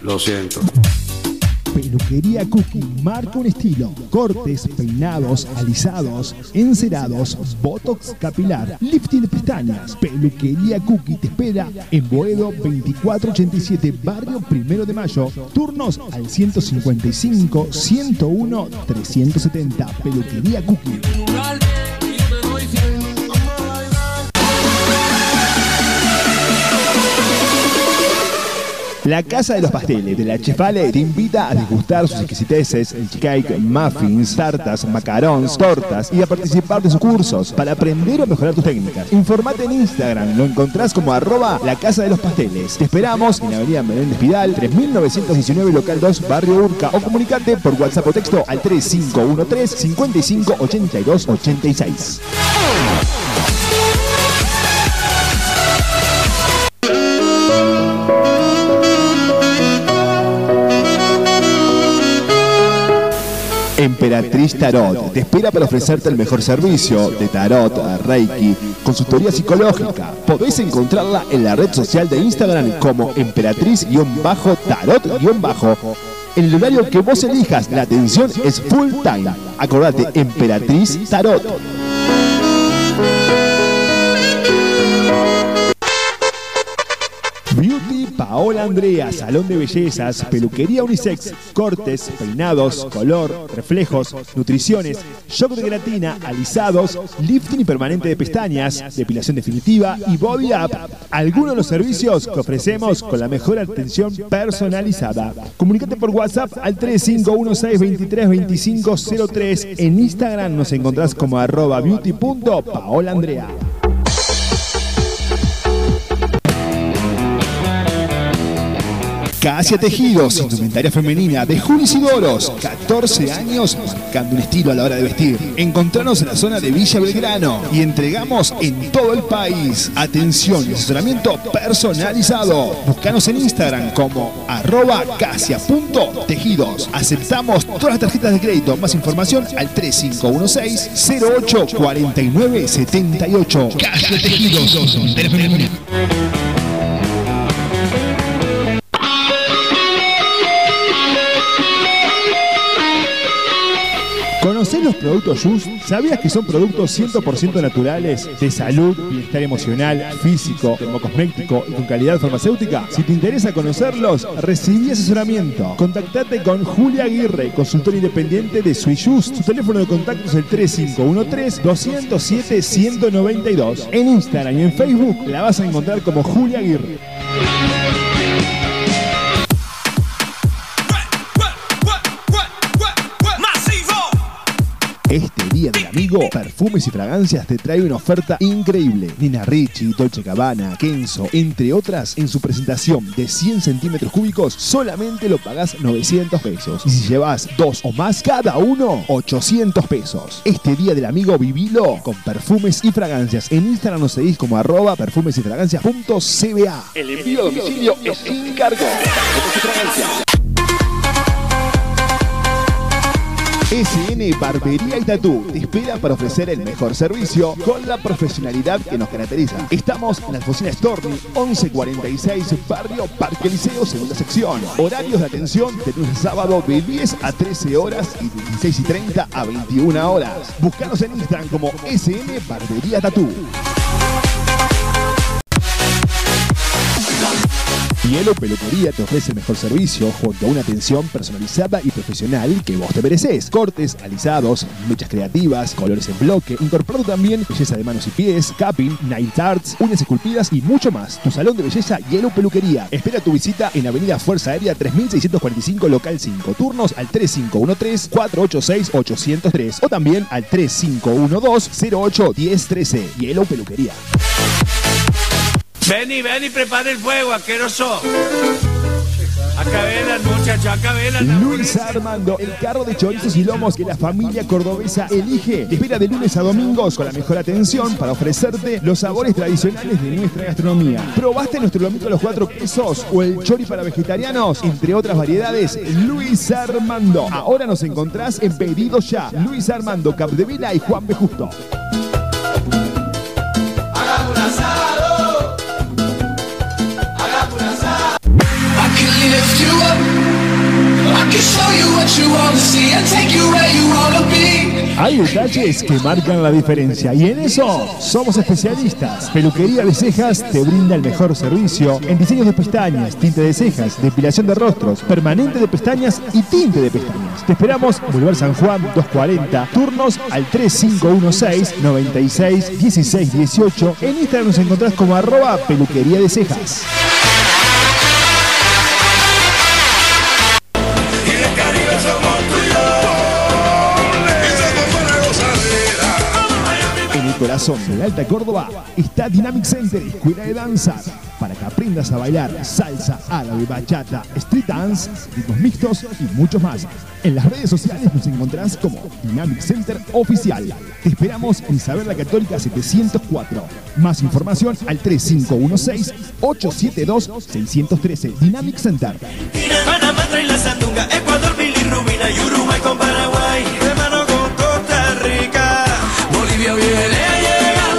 Lo siento. Peluquería Cookie marca un estilo. Cortes, peinados, alisados, encerados, botox capilar, lifting de pestañas. Peluquería Cookie te espera en Boedo 2487, barrio 1 de Mayo. Turnos al 155 101 370. Peluquería Cookie. La Casa de los Pasteles de la Chefale te invita a degustar sus exquisiteces, el cheesecake, muffins, tartas, macarons, tortas y a participar de sus cursos para aprender o mejorar tus técnicas. Informate en Instagram, lo encontrás como @La Casa de los Pasteles. Te esperamos en la avenida Menéndez Pidal, 3919, local 2, barrio Urca, o comunicate por WhatsApp o texto al 3513 55 82 86. Emperatriz Tarot te espera para ofrecerte el mejor servicio de tarot, reiki, consultoría psicológica. Podés encontrarla en la red social de Instagram como emperatriz-tarot-. En el horario que vos elijas, la atención es full time. Acordate, Emperatriz Tarot. Beauty Paola Andrea, salón de bellezas, peluquería unisex, cortes, peinados, color, reflejos, nutriciones, shock de gelatina, alisados, lifting permanente de pestañas, depilación definitiva y body up. Algunos de los servicios que ofrecemos con la mejor atención personalizada. Comunícate por WhatsApp al 3516232503. En Instagram nos encontrás como @beauty.paolaandrea. Casia Tejidos, indumentaria femenina de Juli Sidoros, 14 años marcando un estilo a la hora de vestir. Encontranos en la zona de Villa Belgrano y entregamos en todo el país. Atención y asesoramiento personalizado. Búscanos en Instagram como @casia.tejidos. Aceptamos todas las tarjetas de crédito. Más información al 3516-084978. Casia Tejidos, indumentaria femenina. ¿Conocés los productos Just? ¿Sabías que son productos 100% naturales, de salud, bienestar emocional, físico, termocosmético y con calidad farmacéutica? Si te interesa conocerlos, recibí asesoramiento. Contactate con Julia Aguirre, consultor independiente de Sweet Just. Su teléfono de contacto es el 3513-207-192. En Instagram y en Facebook la vas a encontrar como Julia Aguirre. Este Día del Amigo, Perfumes y Fragancias te trae una oferta increíble. Nina Ricci, Dolce & Gabbana, Kenzo, entre otras, en su presentación de 100 centímetros cúbicos, solamente lo pagás 900 pesos. Y si llevas 2 o más, cada uno, 800 pesos. Este Día del Amigo, vivilo con Perfumes y Fragancias. En Instagram nos seguís como @perfumesyfragancias.cba. El envío a domicilio es sin cargo. SN Barbería y Tatú te espera para ofrecer el mejor servicio con la profesionalidad que nos caracteriza. Estamos en Alfonsina Storni, 1146, barrio Parque Liceo, segunda sección. Horarios de atención de lunes a sábado de 10 a 13 horas y de 16:30 a 21 horas. Búscanos en Instagram como SN Barbería Tatú. Hielo Peluquería te ofrece el mejor servicio junto a una atención personalizada y profesional que vos te mereces. Cortes, alisados, mechas creativas, colores en bloque, incorporando también belleza de manos y pies, capping, nail arts, uñas esculpidas y mucho más. Tu salón de belleza Hielo Peluquería. Espera tu visita en Avenida Fuerza Aérea 3645, local 5. Turnos al 3513-486-803 o también al 3512-081013. Hielo Peluquería. Ven y prepara el fuego, asqueroso. Acá velan, muchachos, acá velan. Luis Armando, el carro de chorizos y lomos que la familia cordobesa elige. Te espera de lunes a domingos con la mejor atención para ofrecerte los sabores tradicionales de nuestra gastronomía. ¿Probaste nuestro lomito a los 4 pesos o el chori para vegetarianos? Entre otras variedades, Luis Armando. Ahora nos encontrás en Pedido Ya. Luis Armando, Capdevila y Juan B. Justo. Lift you up Hay detalles que marcan la diferencia y en eso somos especialistas. Peluquería de Cejas te brinda el mejor servicio en diseños de pestañas, tinte de cejas, depilación de rostros, permanente de pestañas y tinte de pestañas. Te esperamos Boulevard San Juan 240, turnos al 3516-961618. En Instagram nos encontrás como @peluquería de cejas. En el corazón de Alta Córdoba está Dynamic Center, escuela de danza, para que aprendas a bailar salsa, árabe, bachata, street dance, ritmos mixtos y muchos más. En las redes sociales nos encontrás como Dynamic Center Oficial. Te esperamos en Isabel la Católica 704. Más información al 3516-872-613. Dynamic Center. Panamá trae la sandunga, Ecuador, bilirrubina y Uruguay con Paraguay, hermano con Costa Rica, Bolivia viene a llegar.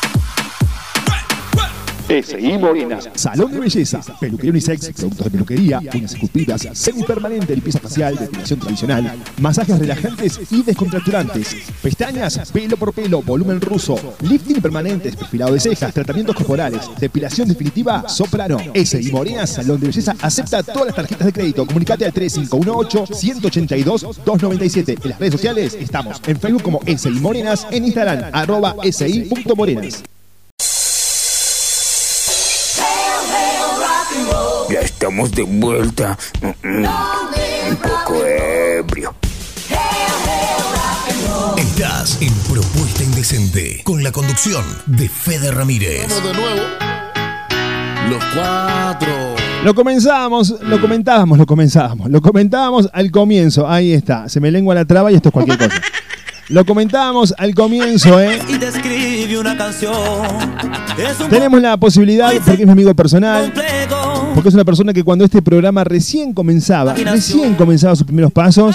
S.I. Morenas, salón de belleza, peluquería unisex, productos de peluquería, uñas esculpidas, semipermanente, limpieza facial, depilación tradicional, masajes relajantes y descontracturantes, pestañas, pelo por pelo, volumen ruso, lifting permanentes, perfilado de cejas, tratamientos corporales, depilación definitiva, soprano. S.I. Morenas, salón de belleza, acepta todas las tarjetas de crédito. Comunicate al 3518-182-297. En las redes sociales estamos en Facebook como S.I. Morenas, en Instagram @si.morenas. Ya estamos de vuelta. Un poco ebrio. Estás en Propuesta Indecente, con la conducción de Fede Ramírez. Vamos de nuevo. Los cuatro. Lo comentábamos al comienzo. Ahí está, se me lengua la traba y esto es cualquier cosa. Lo comentábamos al comienzo, Y te escribe una canción. Tenemos la posibilidad, porque es mi amigo personal, porque es una persona que cuando este programa recién comenzaba sus primeros pasos,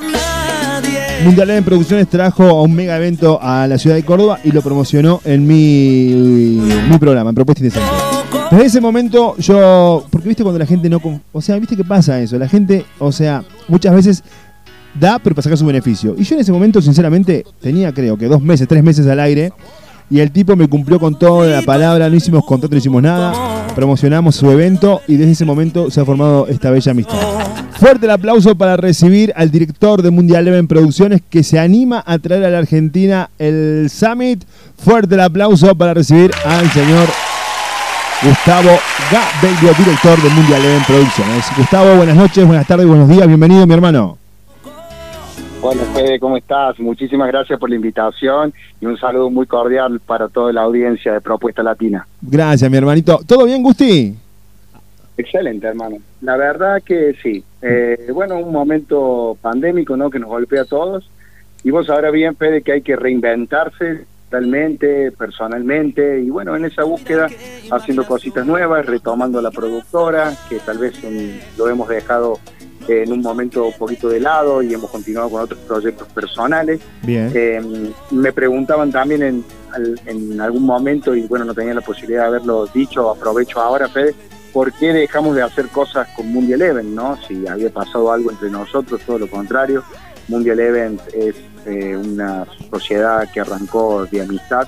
Mundial Leven Producciones trajo a un mega evento a la ciudad de Córdoba y lo promocionó en mi programa, en Propuesta Indecente. Desde ese momento porque viste cuando la gente no... O sea, viste qué pasa eso, la gente, muchas veces da, pero para sacar su beneficio. Y yo en ese momento, sinceramente, tenía creo que 2 meses, 3 meses al aire, y el tipo me cumplió con toda la palabra, no hicimos contrato, no hicimos nada, promocionamos su evento y desde ese momento se ha formado esta bella amistad. Fuerte el aplauso para recibir al director de Mundial Leven Producciones que se anima a traer a la Argentina el Summit. Fuerte el aplauso para recibir al señor Gustavo Gabelio, director de Mundial Leven Producciones. Gustavo, buenas noches, buenas tardes, buenos días, bienvenido mi hermano. Bueno, Fede, ¿cómo estás? Muchísimas gracias por la invitación y un saludo muy cordial para toda la audiencia de Propuesta Latina. Gracias, mi hermanito. ¿Todo bien, Gusti? Excelente, hermano. La verdad que sí. Un momento pandémico, ¿no?, que nos golpea a todos. Y vos sabrás bien, Fede, que hay que reinventarse totalmente, personalmente. Y bueno, en esa búsqueda, haciendo cositas nuevas, retomando la productora, que tal vez lo hemos dejado en un momento un poquito de lado y hemos continuado con otros proyectos personales. Bien. Me preguntaban también en algún momento, y bueno, no tenía la posibilidad de haberlo dicho, aprovecho ahora, Fede, ¿por qué dejamos de hacer cosas con Mundial Leven, no? Si había pasado algo entre nosotros, todo lo contrario. Mundial Leven es una sociedad que arrancó de amistad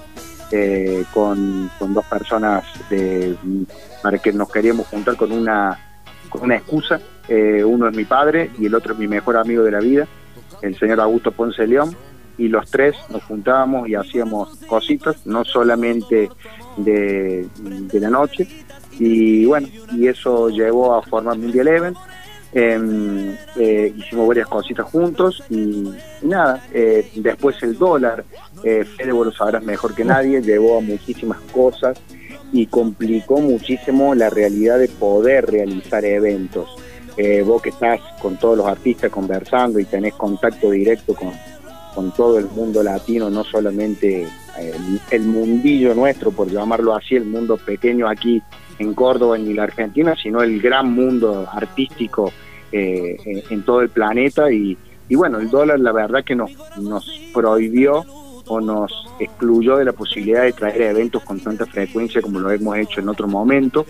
con 2 personas para que nos queríamos juntar con una excusa. Uno es mi padre y el otro es mi mejor amigo de la vida, el señor Augusto Ponce León, y los 3 nos juntábamos y hacíamos cositas, no solamente de la noche, y bueno, y eso llevó a formar Mundial Leven. Hicimos varias cositas juntos y nada, después el dólar, Fede, vos lo sabrás mejor que nadie, llevó a muchísimas cosas y complicó muchísimo la realidad de poder realizar eventos. Vos que estás con todos los artistas conversando y tenés contacto directo con todo el mundo latino, no solamente el mundillo nuestro, por llamarlo así, el mundo pequeño aquí en Córdoba y en la Argentina, sino el gran mundo artístico en todo el planeta. Y bueno, el dólar la verdad que nos prohibió o nos excluyó de la posibilidad de traer eventos con tanta frecuencia como lo hemos hecho en otro momento.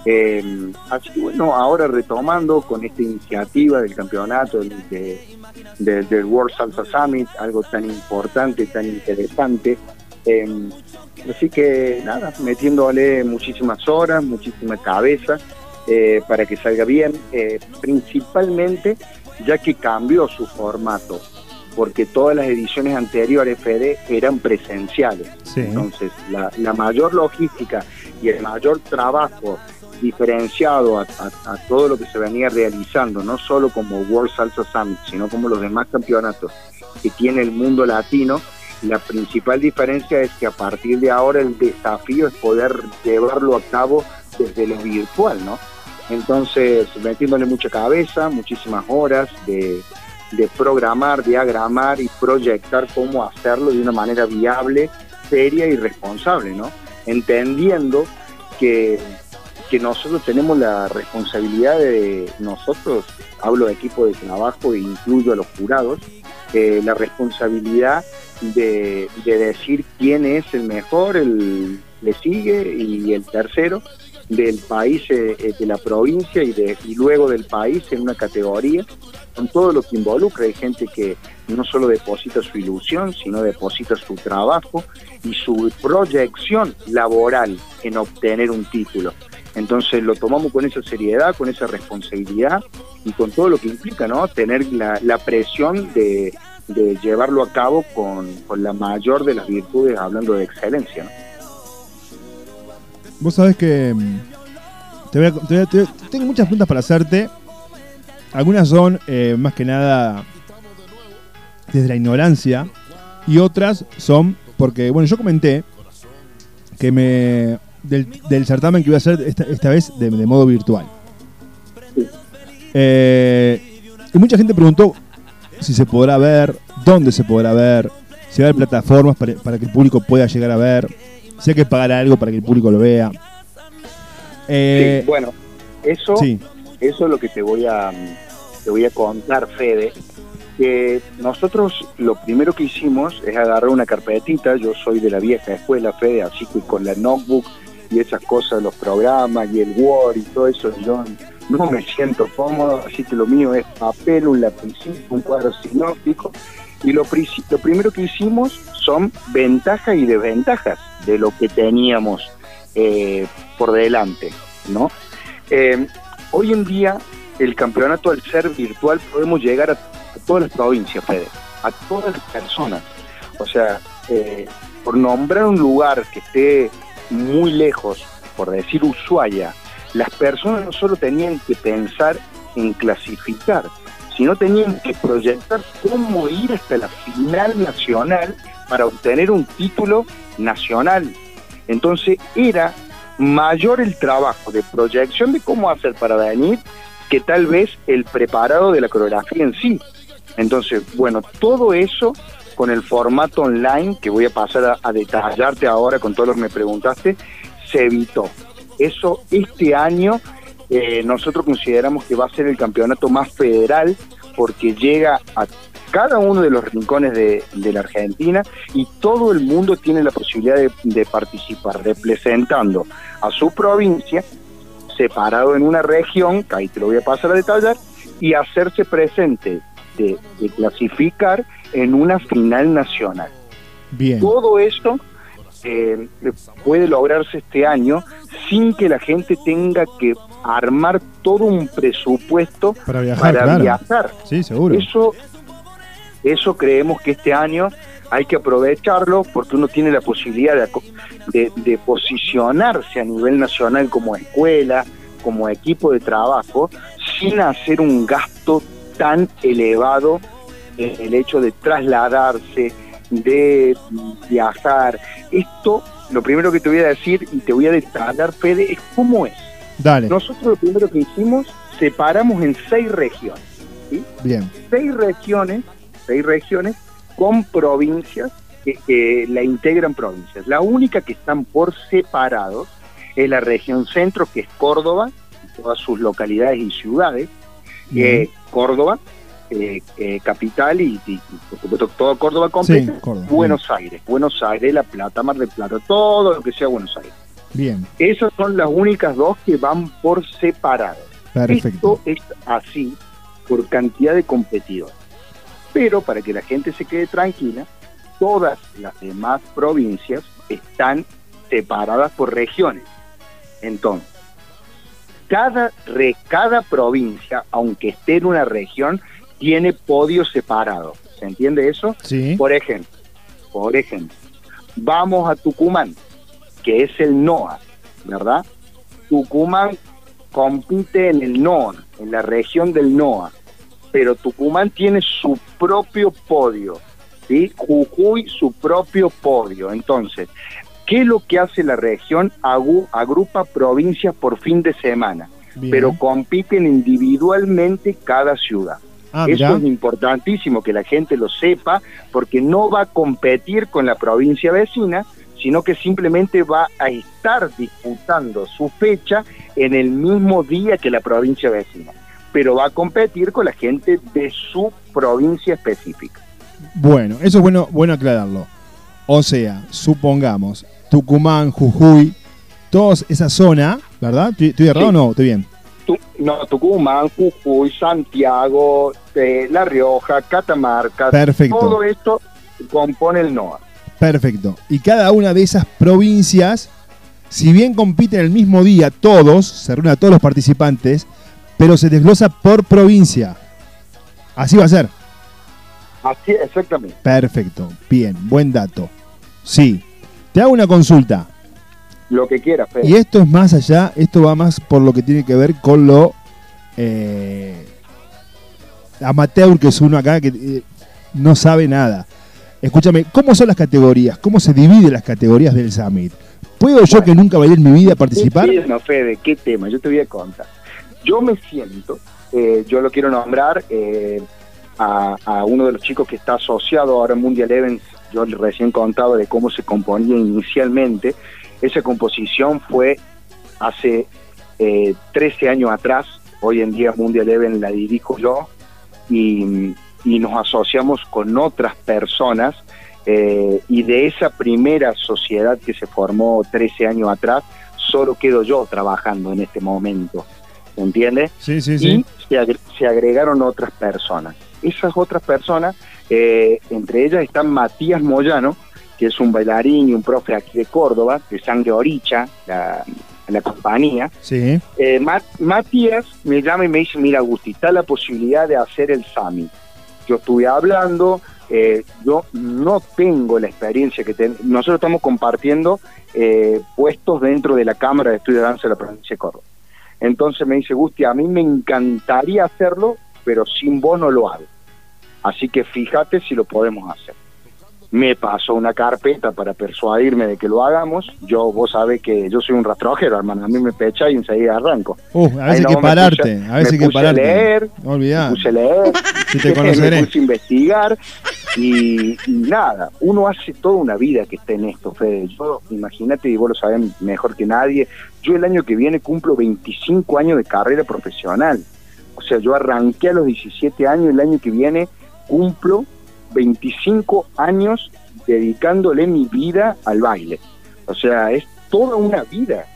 Así que bueno, ahora retomando con esta iniciativa del campeonato del World Salsa Summit, algo tan importante, tan interesante. Así que nada, metiéndole muchísimas horas, muchísima cabeza para que salga bien, principalmente ya que cambió su formato, porque todas las ediciones anteriores, Fede, eran presenciales. Sí. Entonces la mayor logística y el mayor trabajo diferenciado a todo lo que se venía realizando, no solo como World Salsa Summit, sino como los demás campeonatos que tiene el mundo latino. La principal diferencia es que a partir de ahora el desafío es poder llevarlo a cabo desde lo virtual, ¿no? Entonces, metiéndole mucha cabeza, muchísimas horas de programar, diagramar y proyectar cómo hacerlo de una manera viable, seria y responsable, ¿no? Entendiendo que nosotros tenemos la responsabilidad nosotros, hablo de equipo de trabajo e incluyo a los jurados, la responsabilidad de decir quién es el mejor, el le sigue y el tercero del país, de la provincia y luego del país en una categoría, con todo lo que involucra. Hay gente que no solo deposita su ilusión, sino deposita su trabajo y su proyección laboral en obtener un título. Entonces lo tomamos con esa seriedad, con esa responsabilidad y con todo lo que implica, ¿no? Tener la presión de llevarlo a cabo con la mayor de las virtudes, hablando de excelencia, ¿no? Vos sabés que tengo muchas preguntas para hacerte. Algunas son más que nada desde la ignorancia y otras son porque, bueno, yo comenté que del certamen que iba a hacer esta vez de modo virtual. Y mucha gente preguntó si se podrá ver, dónde se podrá ver, si va a haber plataformas para que el público pueda llegar a ver, si hay que pagar algo para que el público lo vea. Sí, bueno, eso sí. Eso es lo que te voy a contar, Fede, que nosotros lo primero que hicimos es agarrar una carpetita. Yo soy de la vieja escuela, Fede, así que con la notebook y esas cosas, los programas y el Word y todo eso, yo no me siento cómodo, así que lo mío es papel, un lapicito, un cuadro sinóptico, y lo primero que hicimos son ventajas y desventajas de lo que teníamos por delante, ¿no? Hoy en día el campeonato, al ser virtual, podemos llegar a todas las provincias, Fede, a todas las personas. O sea, por nombrar un lugar que esté muy lejos, por decir Ushuaia, las personas no solo tenían que pensar en clasificar, sino tenían que proyectar cómo ir hasta la final nacional para obtener un título nacional. Entonces era mayor el trabajo de proyección de cómo hacer para venir que tal vez el preparado de la coreografía en sí. Entonces, bueno, todo eso con el formato online, que voy a pasar a detallarte ahora con todo lo que me preguntaste, se evitó. Eso este año nosotros consideramos que va a ser el campeonato más federal, porque llega a cada uno de los rincones de la Argentina y todo el mundo tiene la posibilidad de participar, representando a su provincia, separado en una región, que ahí te lo voy a pasar a detallar, y hacerse presente de clasificar en una final nacional. Bien. Todo esto puede lograrse este año sin que la gente tenga que armar todo un presupuesto para viajar, claro. Viajar. Sí, seguro. Eso creemos que este año hay que aprovecharlo, porque uno tiene la posibilidad de posicionarse a nivel nacional como escuela, como equipo de trabajo, sin hacer un gasto tan elevado en el hecho de trasladarse, de viajar. Esto, lo primero que te voy a decir y te voy a detallar, Fede, es cómo es. Dale. Nosotros lo primero que hicimos, separamos en 6 regiones, ¿sí? Bien. 6 regiones con provincias que la integran provincias. La única que están por separado es la región centro, que es Córdoba, todas sus localidades y ciudades. Córdoba, capital y por supuesto todo Córdoba completo. Sí, Córdoba. Buenos Aires, La Plata, Mar del Plata, todo lo que sea Buenos Aires. Bien. Esas son las únicas dos que van por separado. Perfecto. Esto es así por cantidad de competidores. Pero para que la gente se quede tranquila, todas las demás provincias están separadas por regiones. Entonces, cada provincia, aunque esté en una región, tiene podios separados. ¿Se entiende eso? Sí. Por ejemplo, vamos a Tucumán, que es el NOA, ¿verdad? Tucumán compite en el NOA, en la región del NOA, pero Tucumán tiene su propio podio, ¿sí? Jujuy su propio podio. Entonces, ¿qué es lo que hace la región? Agrupa provincias por fin de semana, Bien. pero compiten individualmente cada ciudad. Mirá. Eso es importantísimo que la gente lo sepa, porque no va a competir con la provincia vecina, sino que simplemente va a estar disputando su fecha en el mismo día que la provincia vecina, pero va a competir con la gente de su provincia específica. Bueno, eso es bueno aclararlo. O sea, supongamos, Tucumán, Jujuy, toda esa zona, ¿verdad? ¿Estoy errado o no? ¿Estoy bien? Tucumán, Jujuy, Santiago, La Rioja, Catamarca, Perfecto. Todo esto compone el NOA. Perfecto. Y cada una de esas provincias, si bien compiten el mismo día, todos, se reúnen a todos los participantes, pero se desglosa por provincia. Así va a ser. Así, exactamente. Perfecto. Bien, buen dato. Sí. Te hago una consulta. Lo que quieras, Fede. Y esto es más allá, esto va más por lo que tiene que ver con lo amateur, que es uno acá que no sabe nada. Escúchame, ¿cómo son las categorías? ¿Cómo se dividen las categorías del Summit? ¿Puedo yo, que nunca bailé en mi vida, participar? No, Fede, ¿qué tema? Yo te voy a contar. Yo me siento, yo lo quiero nombrar a uno de los chicos que está asociado ahora en Mundial Events. Yo recién contaba de cómo se componía inicialmente. Esa composición fue hace 13 años atrás. Hoy en día Mundial Events la dirijo yo y nos asociamos con otras personas y de esa primera sociedad que se formó 13 años atrás, solo quedo yo trabajando en este momento, ¿entiendes? Sí. Y se agregaron otras personas. Esas otras personas, entre ellas están Matías Moyano, que es un bailarín y un profe aquí de Córdoba, de Sangre Oricha, la compañía. Sí. Matías me llama y me dice, mira, Agustín, está la posibilidad de hacer el Summit. Yo estuve hablando, yo no tengo la experiencia que nosotros estamos compartiendo puestos dentro de la Cámara de Estudio de Danza de la provincia de Córdoba. Entonces me dice, Gusti, a mí me encantaría hacerlo, pero sin vos no lo hago. Así que fíjate si lo podemos hacer. Me pasó una carpeta para persuadirme de que lo hagamos. Vos sabés que yo soy un rastrojero, hermano. A mí me pecha y enseguida arranco. A veces hay que pararte. A veces hay que pararte. Me puse a leer. Si te conoceré. Me puse a investigar. Y nada, uno hace toda una vida que está en esto, Fede. Yo, imagínate, y vos lo sabés mejor que nadie, yo el año que viene cumplo 25 años de carrera profesional. O sea, yo arranqué a los 17 años, el año que viene cumplo 25 años dedicándole mi vida al baile. O sea, es toda una vida,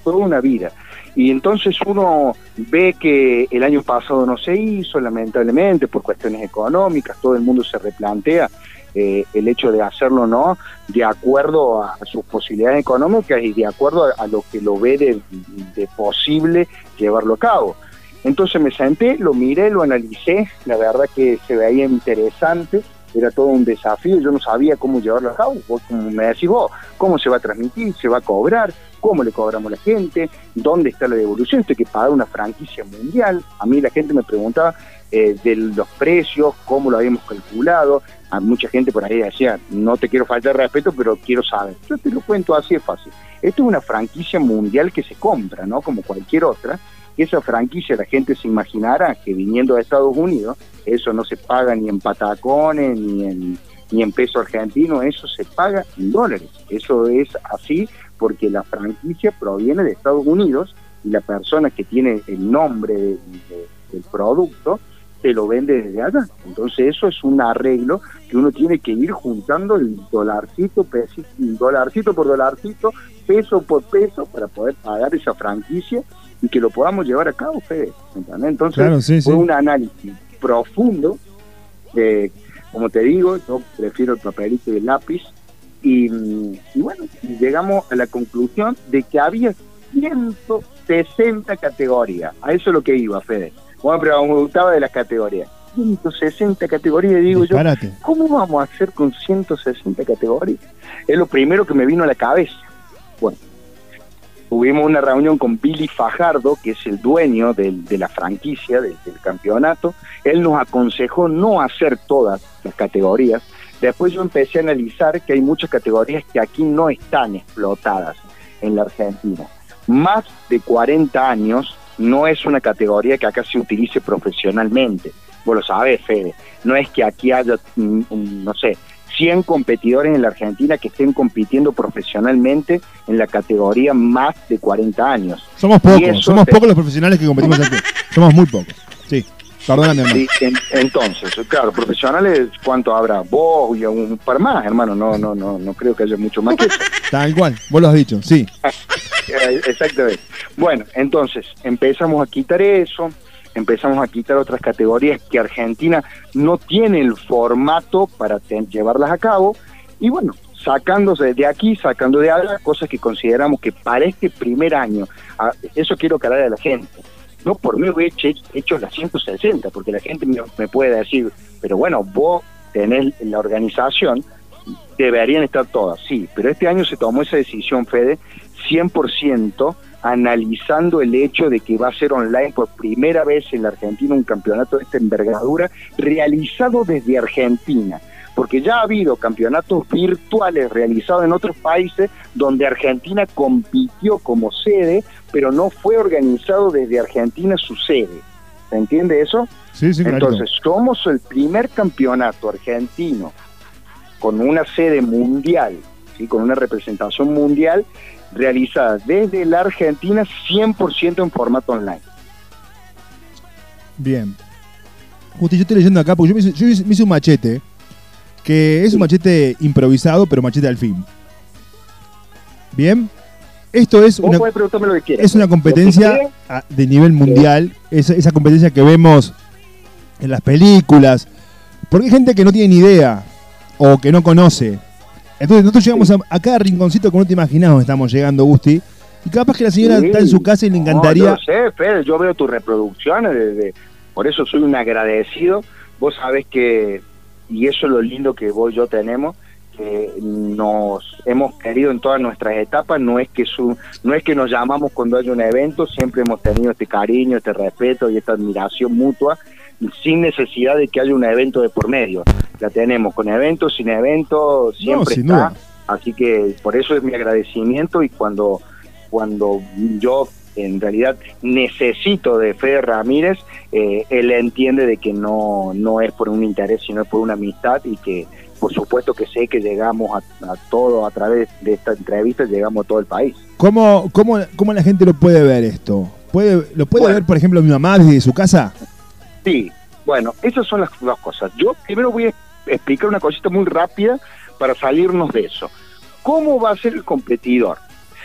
Y entonces uno ve que el año pasado no se hizo, lamentablemente, por cuestiones económicas, todo el mundo se replantea el hecho de hacerlo, ¿no?, de acuerdo a sus posibilidades económicas y de acuerdo a lo que lo ve de posible llevarlo a cabo. Entonces me senté, lo miré, lo analicé, la verdad que se veía interesante, era todo un desafío, yo no sabía cómo llevarlo a cabo. Vos, como me decís vos, cómo se va a transmitir, se va a cobrar, cómo le cobramos a la gente, dónde está la devolución, esto hay que pagar una franquicia mundial. A mí la gente me preguntaba de los precios, cómo lo habíamos calculado. A mucha gente por ahí decía, no te quiero faltar respeto, pero quiero saber. Yo te lo cuento así, es fácil. Esto es una franquicia mundial que se compra, ¿no?, como cualquier otra. Esa franquicia, la gente se imaginará que viniendo de Estados Unidos, eso no se paga ni en patacones, ni en peso argentino, eso se paga en dólares. Eso es así porque la franquicia proviene de Estados Unidos y la persona que tiene el nombre del producto te lo vende desde allá. Entonces eso es un arreglo que uno tiene que ir juntando el dolarcito por dolarcito, peso por peso, para poder pagar esa franquicia y que lo podamos llevar a cabo, Fede. ¿Entendés? Entonces Claro, sí, fue sí. un análisis profundo, como te digo, yo prefiero el papelito y el lápiz, y bueno, llegamos a la conclusión de que había 160 categorías. A eso es lo que iba, Fede. Bueno, pero me gustaba de las categorías. 160 categorías, digo Disparate. yo, ¿cómo vamos a hacer con 160 categorías? Es lo primero que me vino a la cabeza. Bueno, tuvimos una reunión con Billy Fajardo, que es el dueño de la franquicia, del campeonato. Él nos aconsejó no hacer todas las categorías. Después yo empecé a analizar que hay muchas categorías que aquí no están explotadas en la Argentina. Más de 40 años no es una categoría que acá se utilice profesionalmente. Vos lo sabés, Fede. No es que aquí haya, no sé, 100 competidores en la Argentina que estén compitiendo profesionalmente en la categoría más de 40 años. Somos Y eso pocos los profesionales que competimos aquí. Somos muy pocos. Sí, perdóname, hermano. Sí, entonces, claro, profesionales, ¿cuánto habrá? Vos y un par más, hermano. No creo que haya mucho más que eso. Tal cual, vos lo has dicho, sí. Exactamente. Bueno, entonces empezamos a quitar eso, empezamos a quitar otras categorías que Argentina no tiene el formato para llevarlas a cabo, y bueno, sacándose de aquí, sacando de allá, cosas que consideramos que para este primer año, eso quiero aclarar a la gente, no por mí hubiera hecho las 160, porque la gente me puede decir, pero bueno, vos tenés la organización, deberían estar todas, sí, pero este año se tomó esa decisión, Fede, 100% analizando el hecho de que va a ser online por primera vez en la Argentina un campeonato de esta envergadura realizado desde Argentina, porque ya ha habido campeonatos virtuales realizados en otros países donde Argentina compitió como sede, pero no fue organizado desde Argentina su sede. ¿Se entiende eso? Sí, sí, clarito. Entonces, somos el primer campeonato argentino con una sede mundial, ¿sí? Con una representación mundial realizada desde la Argentina 100% en formato online. Bien. Justo yo estoy leyendo acá, porque yo me hice un machete, que es un machete improvisado, pero machete al fin. Bien. Esto es Vos podés preguntarme lo que quieras. es una competencia de nivel mundial, esa competencia que vemos en las películas, porque hay gente que no tiene ni idea o que no conoce. Entonces nosotros llegamos a cada rinconcito que no te imaginás donde estamos llegando, Gusti, y capaz que la señora está en su casa y le encantaría... No, yo sé, Fede, yo veo tus reproducciones, por eso soy un agradecido. Vos sabés que, y eso es lo lindo que vos y yo tenemos, que nos hemos querido en todas nuestras etapas, no es que nos llamamos cuando hay un evento, siempre hemos tenido este cariño, este respeto y esta admiración mutua, sin necesidad de que haya un evento de por medio. La tenemos con evento, sin evento, siempre sin está. duda. Así que por eso es mi agradecimiento, y cuando yo en realidad necesito de Fede Ramírez, él entiende de que no es por un interés, sino por una amistad, y que por supuesto que sé que llegamos a todo a través de esta entrevista, llegamos a todo el país. ¿Cómo la gente lo puede ver esto? ¿Lo puede ver, por ejemplo, mi mamá desde su casa? Sí, bueno, esas son las dos cosas. Yo primero voy a explicar una cosita muy rápida para salirnos de eso. ¿Cómo va a ser el competidor?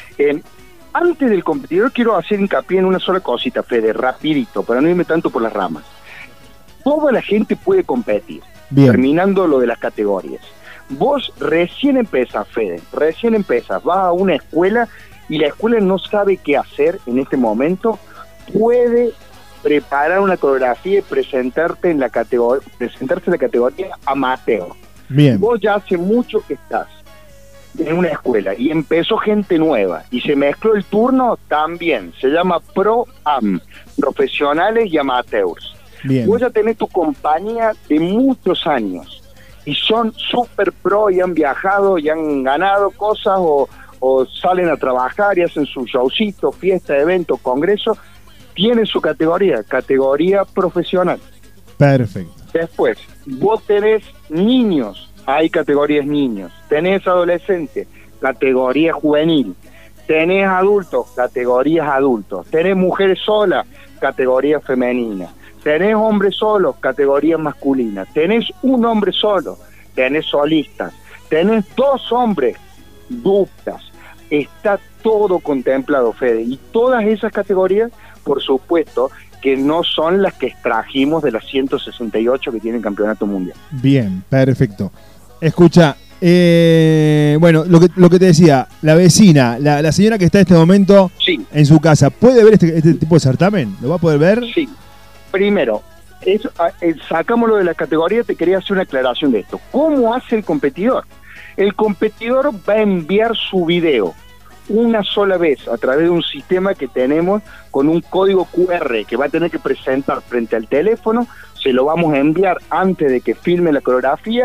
Antes del competidor quiero hacer hincapié en una sola cosita, Fede, rapidito, para no irme tanto por las ramas. Toda la gente puede competir, Bien. terminando lo de las categorías. Vos recién empezás, Fede, vas a una escuela y la escuela no sabe qué hacer en este momento, puede preparar una coreografía y presentarse en la categoría amateur. Bien. Vos ya hace mucho que estás en una escuela y empezó gente nueva y se mezcló el turno, también se llama Pro-Am, profesionales y amateurs. Bien. Vos ya tenés tu compañía de muchos años y son super pro y han viajado y han ganado cosas o salen a trabajar y hacen su showcito, fiesta, evento, congreso, tienen su categoría profesional. Perfecto. Después, vos tenés niños, hay categorías niños, tenés adolescentes, categoría juvenil, tenés adultos, categorías adultos, tenés mujeres solas, categoría femenina, tenés hombres solos, categorías masculinas, tenés un hombre solo, tenés solistas, tenés 2 hombres, duplas, está todo contemplado, Fede, y todas esas categorías, por supuesto, que no son las que extrajimos de las 168 que tiene el campeonato mundial. Bien, perfecto. Escucha, bueno, lo que te decía, la vecina, la señora que está en este momento sí. en su casa, ¿puede ver este tipo de certamen? ¿Lo va a poder ver? Sí. Primero, sacámoslo de la categoría, te quería hacer una aclaración de esto. ¿Cómo hace el competidor? El competidor va a enviar su video una sola vez a través de un sistema que tenemos con un código QR que va a tener que presentar frente al teléfono, se lo vamos a enviar antes de que filme la coreografía,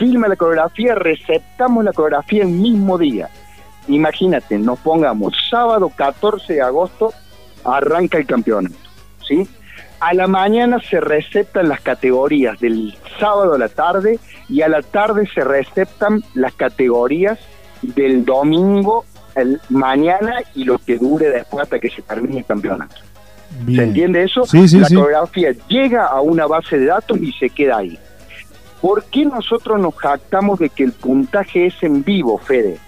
receptamos la coreografía el mismo día. Imagínate, nos pongamos sábado 14 de agosto, arranca el campeonato, ¿sí? A la mañana se receptan las categorías del sábado a la tarde y a la tarde se receptan las categorías del domingo mañana y lo que dure después hasta que se termine el campeonato. Bien. ¿Se entiende eso? Sí, sí, la coreografía llega a una base de datos y se queda ahí. ¿Por qué nosotros nos jactamos de que el puntaje es en vivo, Fede?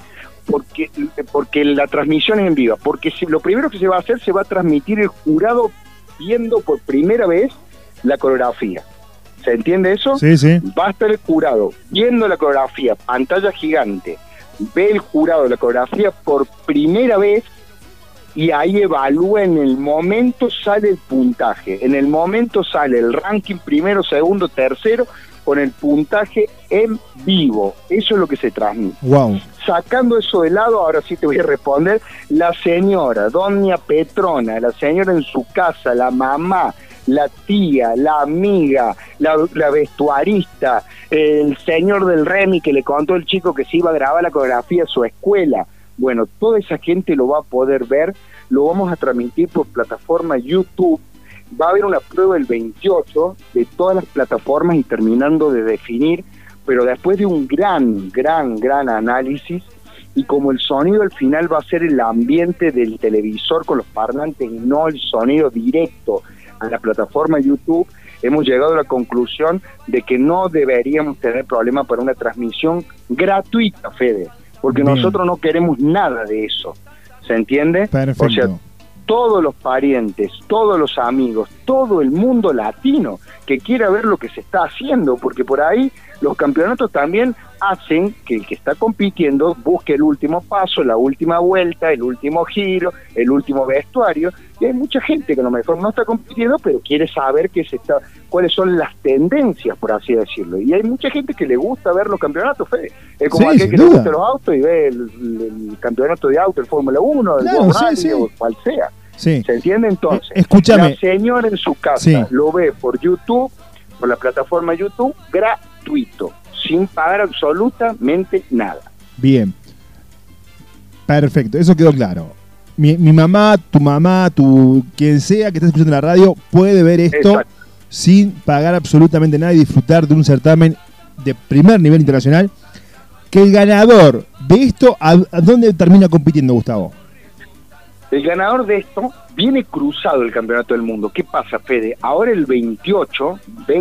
Porque la transmisión es en vivo. Porque lo primero que se va a hacer, se va a transmitir el jurado viendo por primera vez la coreografía. ¿Se entiende eso? Sí, sí. Va a estar el jurado viendo la coreografía, pantalla gigante, ve el jurado la coreografía por primera vez y ahí evalúa, en el momento sale el puntaje, en el momento sale el ranking primero, segundo, tercero, con el puntaje en vivo. Eso es lo que se transmite. Wow. Sacando eso de lado, ahora sí te voy a responder. La señora, doña Petrona, la señora en su casa, la mamá, la tía, la amiga, la vestuarista, el señor del Remy que le contó el chico que se iba a grabar la coreografía a su escuela. Bueno, toda esa gente lo va a poder ver, lo vamos a transmitir por plataforma YouTube. Va a haber una prueba el 28 de todas las plataformas y terminando de definir, pero después de un gran análisis, y como el sonido al final va a ser el ambiente del televisor con los parlantes y no el sonido directo a la plataforma YouTube, hemos llegado a la conclusión de que no deberíamos tener problema para una transmisión gratuita, Fede, porque bien, nosotros no queremos nada de eso, ¿se entiende? Perfecto. O sea, todos los parientes, todos los amigos, todo el mundo latino que quiera ver lo que se está haciendo, porque por ahí los campeonatos también hacen que el que está compitiendo busque el último paso, la última vuelta, el último giro, el último vestuario, y hay mucha gente que a lo mejor no está compitiendo, pero quiere saber cuáles son las tendencias, por así decirlo, y hay mucha gente que le gusta ver los campeonatos, Fede. Es como aquel que le gusta los autos y ve el campeonato de auto, el Fórmula 1, el World Rally, o cual sea. Sí. ¿Se entiende? Entonces, escúchame, la señora en su casa sí, lo ve por YouTube, por la plataforma YouTube, gratuito, sin pagar absolutamente nada. Bien. Perfecto, eso quedó claro. Mi mamá, quien sea que esté escuchando la radio, puede ver esto. Exacto, sin pagar absolutamente nada y disfrutar de un certamen de primer nivel internacional. Que el ganador de esto, ¿a dónde termina compitiendo, Gustavo? El ganador de esto viene cruzado el campeonato del mundo. ¿Qué pasa, Fede? Ahora el 28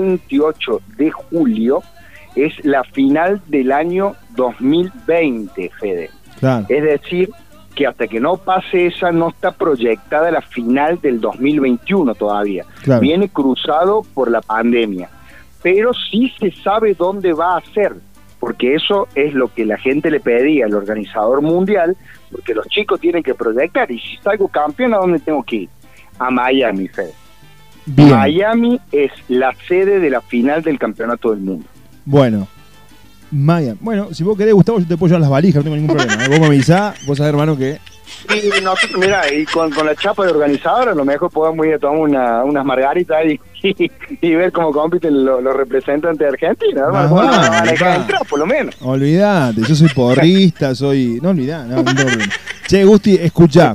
de julio es la final del año 2020, Fede. Claro. Es decir, que hasta que no pase esa, no está proyectada la final del 2021 todavía. Claro. Viene cruzado por la pandemia. Pero sí se sabe dónde va a ser, porque eso es lo que la gente le pedía al organizador mundial, porque los chicos tienen que proyectar, y si salgo campeón, ¿a dónde tengo que ir? A Miami, Fede. Bien. Miami es la sede de la final del campeonato del mundo. Bueno, Miami. Bueno, si vos querés, Gustavo, yo te puedo llevar las valijas, no tengo ningún problema. Vos me avisás, vos sabés, hermano, que... Y nosotros, mira, y con la chapa de organizador, a lo mejor podemos ir a tomar unas margaritas y ver cómo compiten los representantes de Argentina, hermano. Van a dejar entrar, por lo menos. Olvídate, yo soy porrista, no olvidá, no tengo problema. Che, Gusti, escuchá.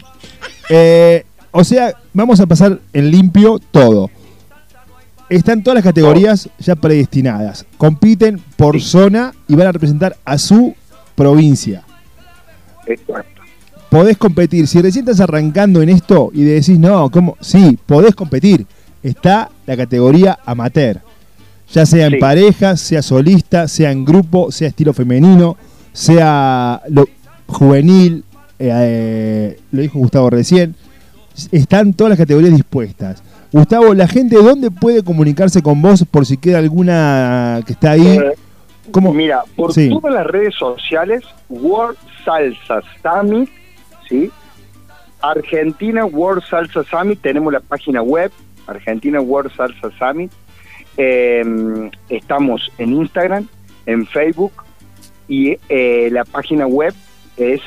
O sea, vamos a pasar en limpio todo. Están todas las categorías ya predestinadas. Compiten por zona y van a representar a su provincia. Exacto. Podés competir. Si recién estás arrancando en esto y decís, no, ¿cómo? Sí, podés competir. Está la categoría amateur. Ya sea en Sí. pareja, sea solista, sea en grupo, sea estilo femenino, sea juvenil, lo dijo Gustavo recién. Están todas las categorías dispuestas. Gustavo, ¿la gente dónde puede comunicarse con vos por si queda alguna que está ahí? ¿Cómo? Mira, por Sí. todas las redes sociales, World Salsa Summit, ¿sí? Argentina World Salsa Summit, tenemos la página web, Argentina World Salsa Summit. Estamos en Instagram, en Facebook, y la página web es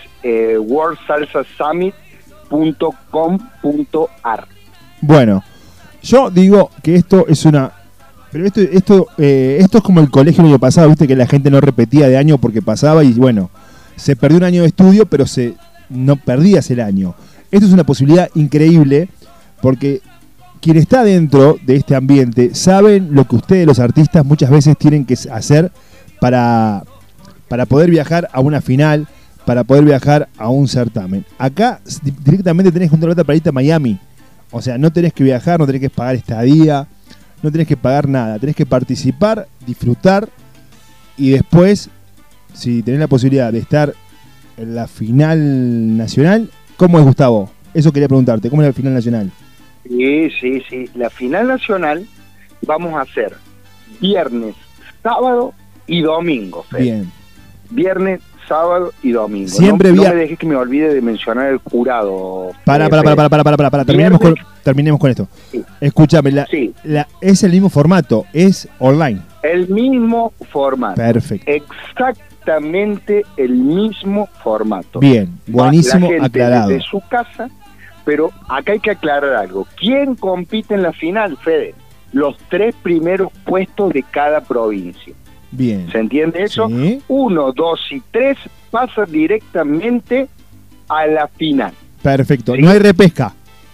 worldsalsasummit.com.ar. Bueno, yo digo que esto es una... Pero esto es como el colegio el año pasado, viste que la gente no repetía de año porque pasaba y bueno, se perdió un año de estudio, pero no perdías el año. Esto es una posibilidad increíble porque quien está dentro de este ambiente saben lo que ustedes, los artistas, muchas veces tienen que hacer para poder viajar a una final, para poder viajar a un certamen. Acá directamente tenés que juntar plata para irte a Miami. O sea, no tenés que viajar, no tenés que pagar estadía, no tenés que pagar nada. Tenés que participar, disfrutar y después, si tenés la posibilidad de estar en la final nacional, ¿cómo es, Gustavo? Eso quería preguntarte, ¿cómo es la final nacional? Sí. La final nacional vamos a hacer viernes, sábado y domingo, Fede. Bien. Viernes, sábado y domingo. Siempre no me dejes que me olvide de mencionar el jurado. Para. Terminemos con esto. Sí. Escúchame, Sí. es el mismo formato, es online. El mismo formato. Perfecto. Exactamente el mismo formato. Bien, buenísimo, La gente aclarado. desde su casa, pero acá hay que aclarar algo. ¿Quién compite en la final, Fede? Los 3 primeros puestos de cada provincia. Bien. ¿Se entiende eso? Sí. 1, 2 y 3 pasan directamente a la final. Perfecto. Sí. No hay repesca.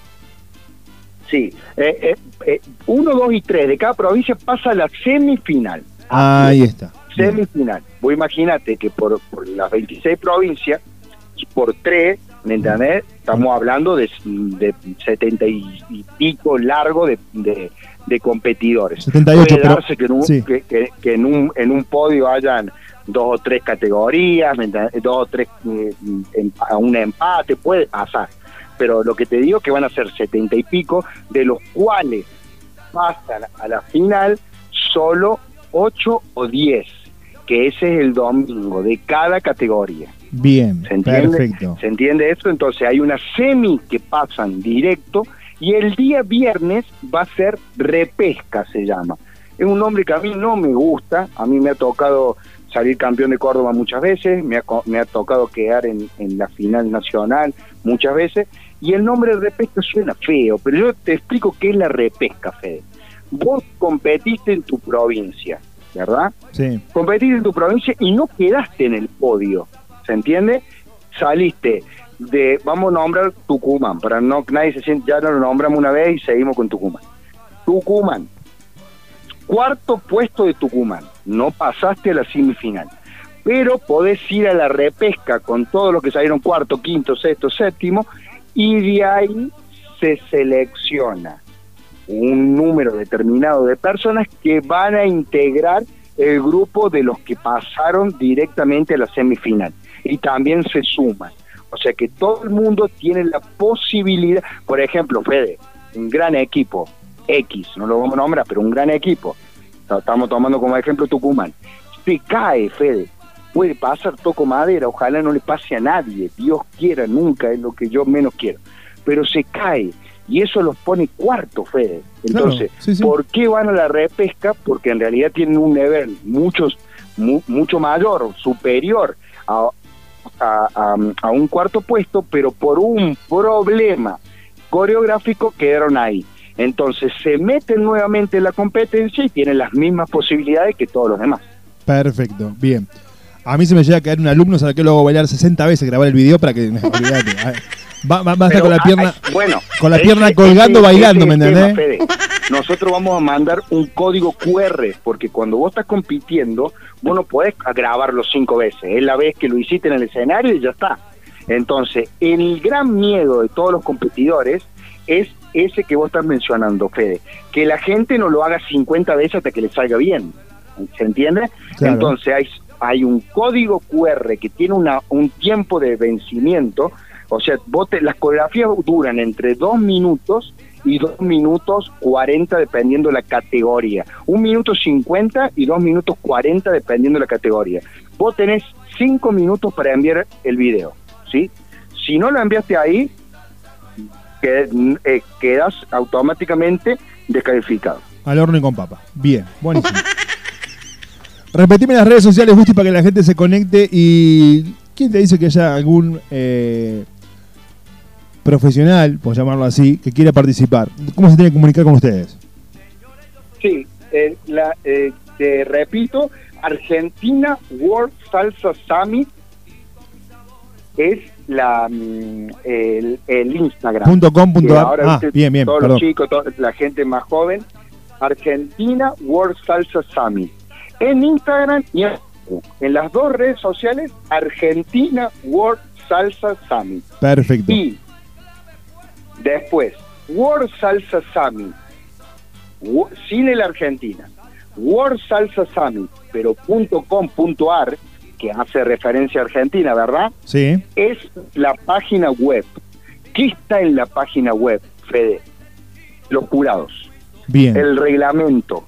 Sí. 1, 2 y 3 de cada provincia pasa a la semifinal. Ahí está. Bien. Semifinal. Vos imagínate que por las 26 provincias, y por 3, ¿me entendés? Estamos hablando de 70 y pico largo de competidores. 78, Puede pero... darse que sí. que en un podio hayan 2 o 3 categorías, ¿me entendés? 2 o 3 a un empate, puede pasar. Pero lo que te digo que van a ser 70 y pico, de los cuales pasan a la final solo 8 o 10, que ese es el domingo de cada categoría. Bien, ¿Se entiende? perfecto. ¿Se entiende eso? Entonces hay una semi que pasan directo y el día viernes va a ser repesca, se llama. Es un nombre que a mí no me gusta, a mí me ha tocado salir campeón de Córdoba muchas veces, me ha tocado quedar en la final nacional muchas veces, y el nombre de repesca suena feo, pero yo te explico qué es la repesca, Fede. Vos competiste en tu provincia, ¿verdad? Sí. Competiste en tu provincia y no quedaste en el podio, ¿se entiende? Saliste de, vamos a nombrar Tucumán, para no que nadie se siente, ya no lo nombramos una vez y seguimos con Tucumán. Tucumán, 4º puesto de Tucumán, no pasaste a la semifinal, pero podés ir a la repesca con todos los que salieron 4º, 5º, 6º, 7º, y de ahí se selecciona un número determinado de personas que van a integrar el grupo de los que pasaron directamente a la semifinal, y también se suman. O sea que todo el mundo tiene la posibilidad, por ejemplo, Fede, un gran equipo, X, no lo vamos a nombrar, pero un gran equipo, estamos tomando como ejemplo Tucumán, se cae, Fede, puede pasar, toco madera, ojalá no le pase a nadie, Dios quiera, nunca es lo que yo menos quiero, pero se cae, y eso los pone 4º, Fede. Entonces, Claro, sí, sí. ¿por qué van a la repesca? Porque en realidad tienen un nivel mucho mayor, superior a un 4º puesto, pero por un problema coreográfico quedaron ahí. Entonces se meten nuevamente en la competencia y tienen las mismas posibilidades que todos los demás. Perfecto, bien. A mí se me llega a caer un alumno, ¿sabes qué? Lo hago bailar 60 veces, grabar el video para que... olvidate. Va a estar con la pierna, bueno, con la pierna colgando, bailando, ¿me ese es el entendés? tema, Fede. Nosotros vamos a mandar un código QR, porque cuando vos estás compitiendo, vos no podés grabarlo 5 veces. Es la vez que lo hiciste en el escenario y ya está. Entonces, el gran miedo de todos los competidores es ese que vos estás mencionando, Fede. Que la gente no lo haga 50 veces hasta que le salga bien. ¿Se entiende? Claro. Entonces hay un código QR que tiene un tiempo de vencimiento. O sea, las coreografías duran entre 2 minutos y 2 minutos 40 dependiendo de la categoría. 1 minuto 50 y 2 minutos 40 dependiendo de la categoría. Vos tenés 5 minutos para enviar el video, ¿sí? Si no lo enviaste ahí, quedas automáticamente descalificado. Al horno y con papa. Bien, buenísimo. Repetime las redes sociales, Gusti, para que la gente se conecte. Y ¿quién te dice que haya algún profesional, por llamarlo así, que quiera participar? ¿Cómo se tiene que comunicar con ustedes? Sí, te repito, Argentina World Salsa Summit es el Instagram. .com.ar. Ahora Bien, todos perdón. los chicos, la gente más joven, Argentina World Salsa Summit. En Instagram y en las dos redes sociales, Argentina World Salsa Summit. Perfecto. Y después, World Salsa Summit, sin el Argentina, World Salsa Summit, pero .com.ar, que hace referencia a Argentina, ¿verdad? Sí. Es la página web. ¿Qué está en la página web, Fede? Los jurados. Bien. El reglamento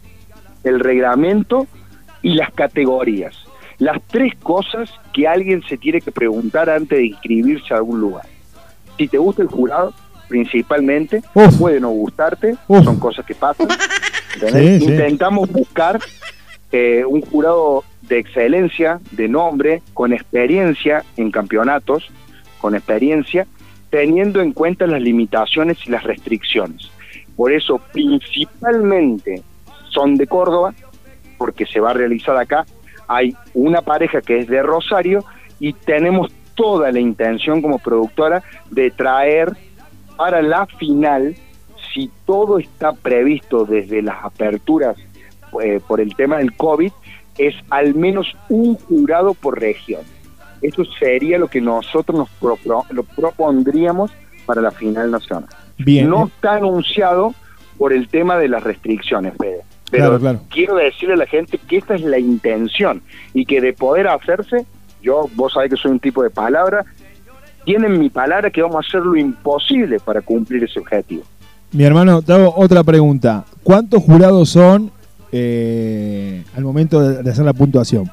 y las categorías. Las 3 cosas que alguien se tiene que preguntar antes de inscribirse a algún lugar. Si te gusta el jurado, principalmente, puede no gustarte, son cosas que pasan. Sí, Intentamos buscar un jurado de excelencia, de nombre, con experiencia en campeonatos, con experiencia, teniendo en cuenta las limitaciones y las restricciones. Por eso, principalmente, son de Córdoba, porque se va a realizar acá. Hay una pareja que es de Rosario y tenemos toda la intención como productora de traer para la final, si todo está previsto desde las aperturas por el tema del COVID, es al menos un jurado por región. Eso sería lo que nosotros lo propondríamos para la final nacional. Bien. No está anunciado por el tema de las restricciones, Fede. Pero claro. Quiero decirle a la gente que esta es la intención y que de poder hacerse, vos sabés que soy un tipo de palabra, tienen mi palabra que vamos a hacer lo imposible para cumplir ese objetivo. Mi hermano, te hago otra pregunta. ¿Cuántos jurados son al momento de hacer la puntuación?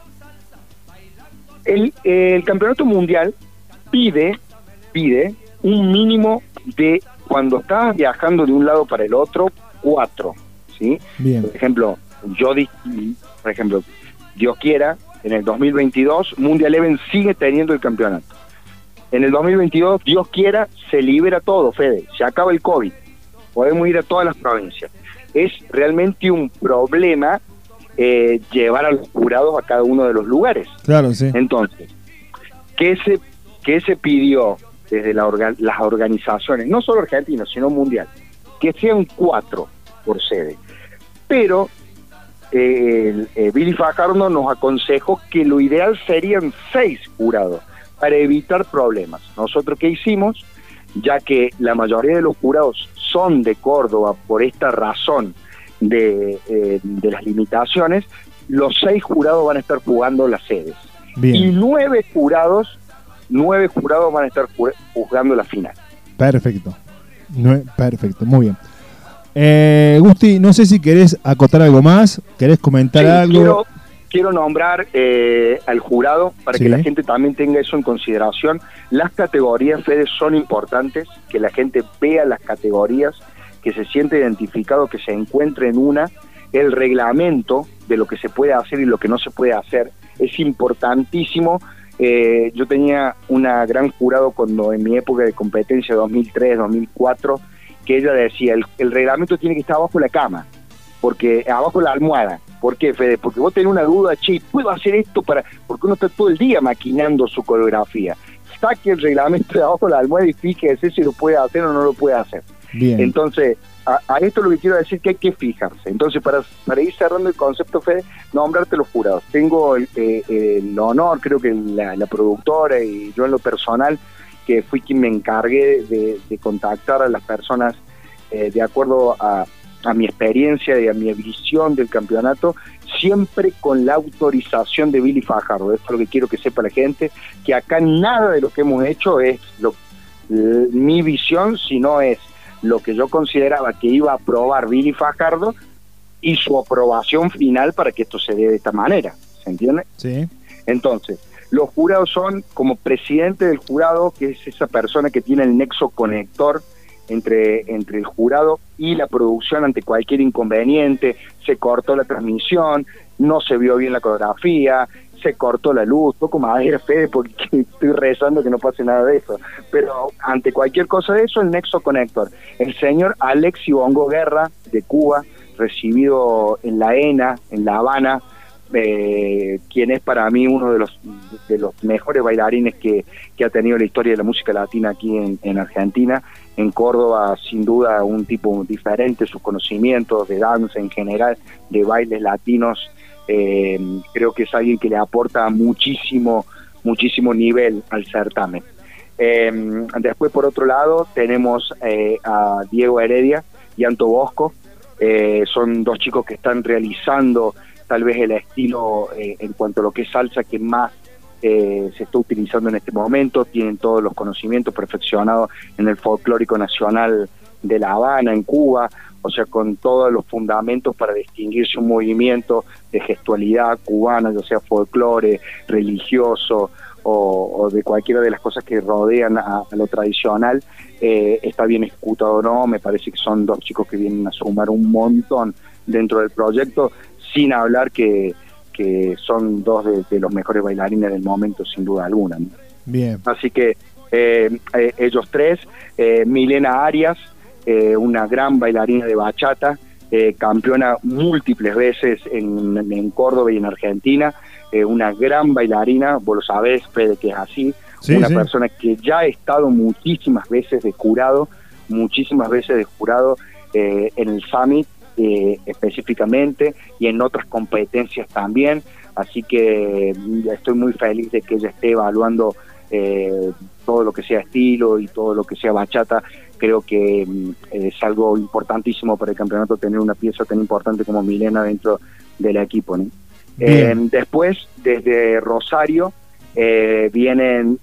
El campeonato mundial pide un mínimo de, cuando estás viajando de un lado para el otro, 4, ¿sí? Bien. Por ejemplo, Dios quiera, en el 2022 Mundial Eleven sigue teniendo el campeonato. En el 2022, Dios quiera, se libera todo, Fede, se acaba el COVID, podemos ir a todas las provincias. Es realmente un problema llevar a los jurados a cada uno de los lugares. Claro, sí. Entonces, ¿qué se pidió desde las organizaciones, no solo argentinas, sino mundial? Que sean 4 por sede. Pero Billy Fajardo nos aconsejó que lo ideal serían 6 jurados para evitar problemas. Nosotros, ¿qué hicimos? Ya que la mayoría de los jurados son de Córdoba por esta razón de las limitaciones, los 6 jurados van a estar jugando las sedes. Bien. Y 9 jurados van a estar jugando la final. Perfecto. Perfecto, muy bien. Gusti, no sé si querés acotar algo más, querés comentar algo. Quiero nombrar al jurado para que la gente también tenga eso en consideración. Las categorías, Fede, son importantes, que la gente vea las categorías, que se siente identificado, que se encuentre en una. El reglamento de lo que se puede hacer y lo que no se puede hacer es importantísimo. Yo tenía una gran jurado cuando en mi época de competencia 2003, 2004, que ella decía, el reglamento tiene que estar abajo de la cama, porque abajo de la almohada. ¿Por qué, Fede? Porque vos tenés una duda, ¿puedo hacer esto porque uno está todo el día maquinando su coreografía? Saque el reglamento de abajo de la almohada y fíjese si lo puede hacer o no lo puede hacer. Bien. Entonces, a esto lo que quiero decir es que hay que fijarse. Entonces, para ir cerrando el concepto, Fede, nombrarte los jurados. Tengo el honor, creo que la productora y yo en lo personal, que fui quien me encargué de contactar a las personas de acuerdo a mi experiencia y a mi visión del campeonato, siempre con la autorización de Billy Fajardo. Esto es lo que quiero que sepa la gente, que acá nada de lo que hemos hecho es mi visión, sino es lo que yo consideraba que iba a aprobar Billy Fajardo y su aprobación final para que esto se dé de esta manera, ¿se entiende? Sí. Entonces, los jurados son como presidente del jurado, que es esa persona que tiene el nexo conector entre el jurado y la producción ante cualquier inconveniente. Se cortó la transmisión, no se vio bien la coreografía, se cortó la luz, poco madera, Fede, porque estoy rezando que no pase nada de eso, pero ante cualquier cosa de eso, el nexo conector, el señor Alexi Bongo Guerra, de Cuba, recibido en la ENA, en La Habana, quien es para mí uno de los mejores bailarines que ha tenido la historia de la música latina aquí en Argentina. En Córdoba, sin duda, un tipo diferente, sus conocimientos de danza en general, de bailes latinos, creo que es alguien que le aporta muchísimo nivel al certamen. Después, por otro lado, tenemos a Diego Heredia y Anto Bosco. Son dos chicos que están realizando tal vez el estilo en cuanto a lo que es salsa que más se está utilizando en este momento. Tienen todos los conocimientos perfeccionados en el folclórico nacional de La Habana, en Cuba, o sea, con todos los fundamentos para distinguirse un movimiento de gestualidad cubana, ya sea folclore, religioso o de cualquiera de las cosas que rodean a lo tradicional. Está bien ejecutado o no, me parece que son dos chicos que vienen a sumar un montón dentro del proyecto, sin hablar que son dos de los mejores bailarines del momento, sin duda alguna, ¿no? Bien. Así que ellos tres, Milena Arias, una gran bailarina de bachata, campeona múltiples veces en Córdoba y en Argentina, una gran bailarina, vos lo sabés, Fede, que es así, sí, una sí. persona que ya ha estado muchísimas veces de jurado en el Summit, específicamente, y en otras competencias también, así que estoy muy feliz de que ella esté evaluando todo lo que sea estilo y todo lo que sea bachata. Creo que es algo importantísimo para el campeonato tener una pieza tan importante como Milena dentro del equipo, ¿no? Después, desde Rosario, vienen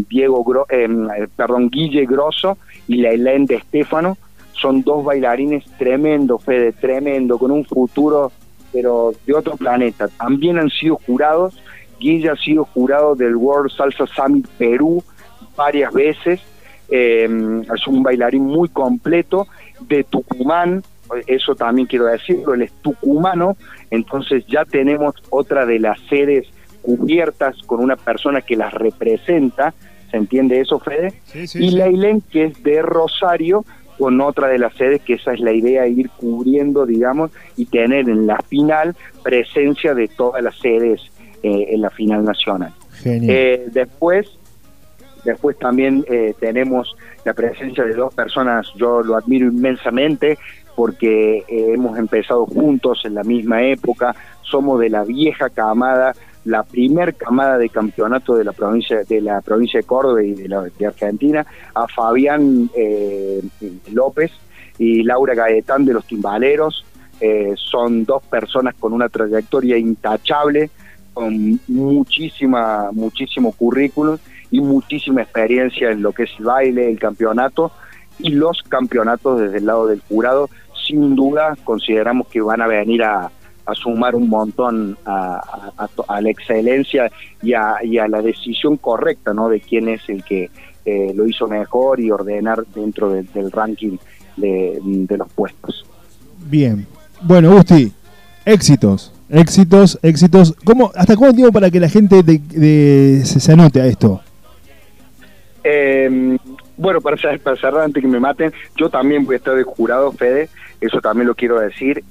Guille Grosso y Leilén de Stefano. Son dos bailarines tremendos, Fede, tremendo, con un futuro, pero de otro planeta. También han sido jurados. Guille ha sido jurado del World Salsa Summit Perú varias veces. Es un bailarín muy completo, de Tucumán, eso también quiero decirlo, él es tucumano, entonces ya tenemos otra de las sedes cubiertas con una persona que las representa, ¿se entiende eso, Fede? Sí, sí, y sí. Leilén, que es de Rosario, con otra de las sedes, que esa es la idea, ir cubriendo, digamos, y tener en la final presencia de todas las sedes en la final nacional. Genial. Después también tenemos la presencia de dos personas, yo lo admiro inmensamente, porque hemos empezado juntos en la misma época, somos de la vieja camada, la primer camada de campeonato de la provincia de Córdoba y de Argentina, a Fabián López y Laura Gaetán de los Timbaleros. Son dos personas con una trayectoria intachable, con muchísimo currículum y muchísima experiencia en lo que es el baile, el campeonato y los campeonatos desde el lado del jurado. Sin duda consideramos que van a venir a sumar un montón a la excelencia y a la decisión correcta, ¿no?, de quién es el que lo hizo mejor y ordenar dentro del ranking de los puestos. Bien. Bueno, Gusti, éxitos. ¿Hasta cuándo tiempo para que la gente se anote a esto? Bueno, para cerrar antes que me maten, yo también voy a estar de jurado, Fede, eso también lo quiero decir.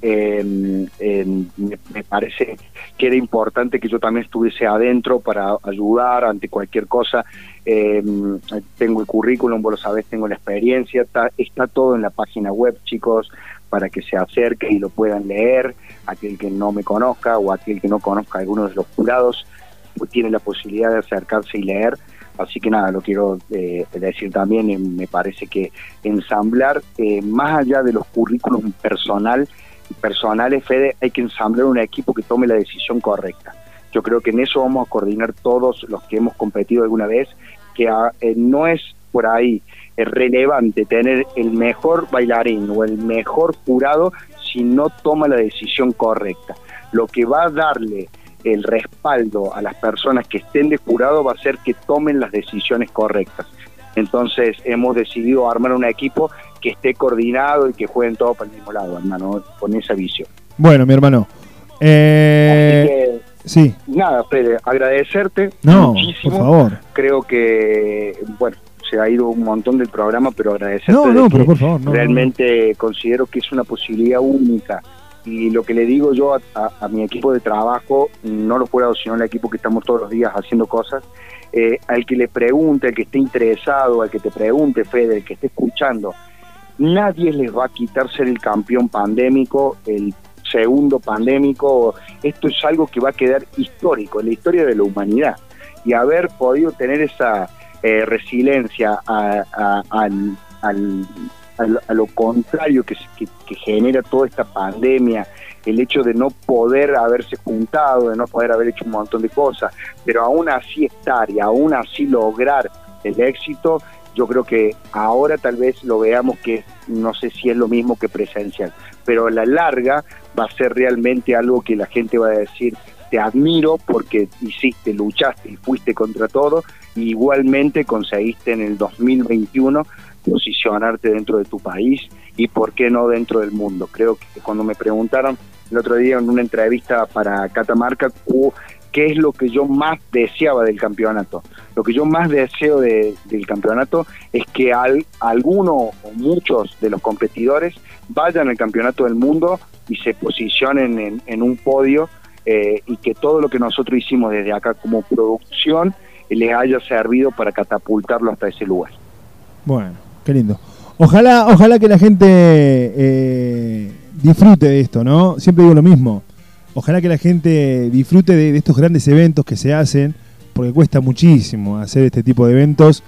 Me parece que era importante que yo también estuviese adentro para ayudar ante cualquier cosa. Tengo el currículum, vos lo sabés, tengo la experiencia, está todo en la página web, chicos, para que se acerquen y lo puedan leer. Aquel que no me conozca o aquel que no conozca a alguno de los jurados, pues tiene la posibilidad de acercarse y leer. Así que nada, lo quiero decir también, me parece que ensamblar, más allá de los currículos personales, Fede, hay que ensamblar un equipo que tome la decisión correcta. Yo creo que en eso vamos a coordinar todos los que hemos competido alguna vez, que no es por ahí relevante tener el mejor bailarín o el mejor jurado si no toma la decisión correcta. Lo que va a darle el respaldo a las personas que estén de jurado va a ser que tomen las decisiones correctas. Entonces hemos decidido armar un equipo que esté coordinado y que jueguen todos para el mismo lado, hermano, con esa visión. Bueno, mi hermano. Así que, sí. Nada, Fede, agradecerte muchísimo. Por favor. Creo que, bueno, se ha ido un montón del programa, pero agradecerte. Pero por favor. Realmente considero que es una posibilidad única. Y lo que le digo yo a mi equipo de trabajo, no los jurados, sino al equipo que estamos todos los días haciendo cosas, al que le pregunte, al que esté interesado, al que te pregunte, Fede, al que esté escuchando, nadie les va a quitar ser el campeón pandémico, el segundo pandémico. Esto es algo que va a quedar histórico en la historia de la humanidad, y haber podido tener esa resiliencia a lo contrario que genera toda esta pandemia, el hecho de no poder haberse juntado, de no poder haber hecho un montón de cosas, pero aún así estar y aún así lograr el éxito. Yo creo que ahora tal vez lo veamos que no sé si es lo mismo que presencial, pero a la larga va a ser realmente algo que la gente va a decir: te admiro porque hiciste, luchaste y fuiste contra todo, y igualmente conseguiste en el 2021 posicionarte dentro de tu país y por qué no dentro del mundo. Creo que cuando me preguntaron el otro día en una entrevista para Catamarca qué es lo que yo más deseaba del campeonato, lo que yo más deseo del campeonato es que alguno o muchos de los competidores vayan al campeonato del mundo y se posicionen en un podio, y que todo lo que nosotros hicimos desde acá como producción les haya servido para catapultarlo hasta ese lugar. Bueno, qué lindo. Ojalá que la gente disfrute de esto, ¿no? Siempre digo lo mismo. Ojalá que la gente disfrute de estos grandes eventos que se hacen, porque cuesta muchísimo hacer este tipo de eventos.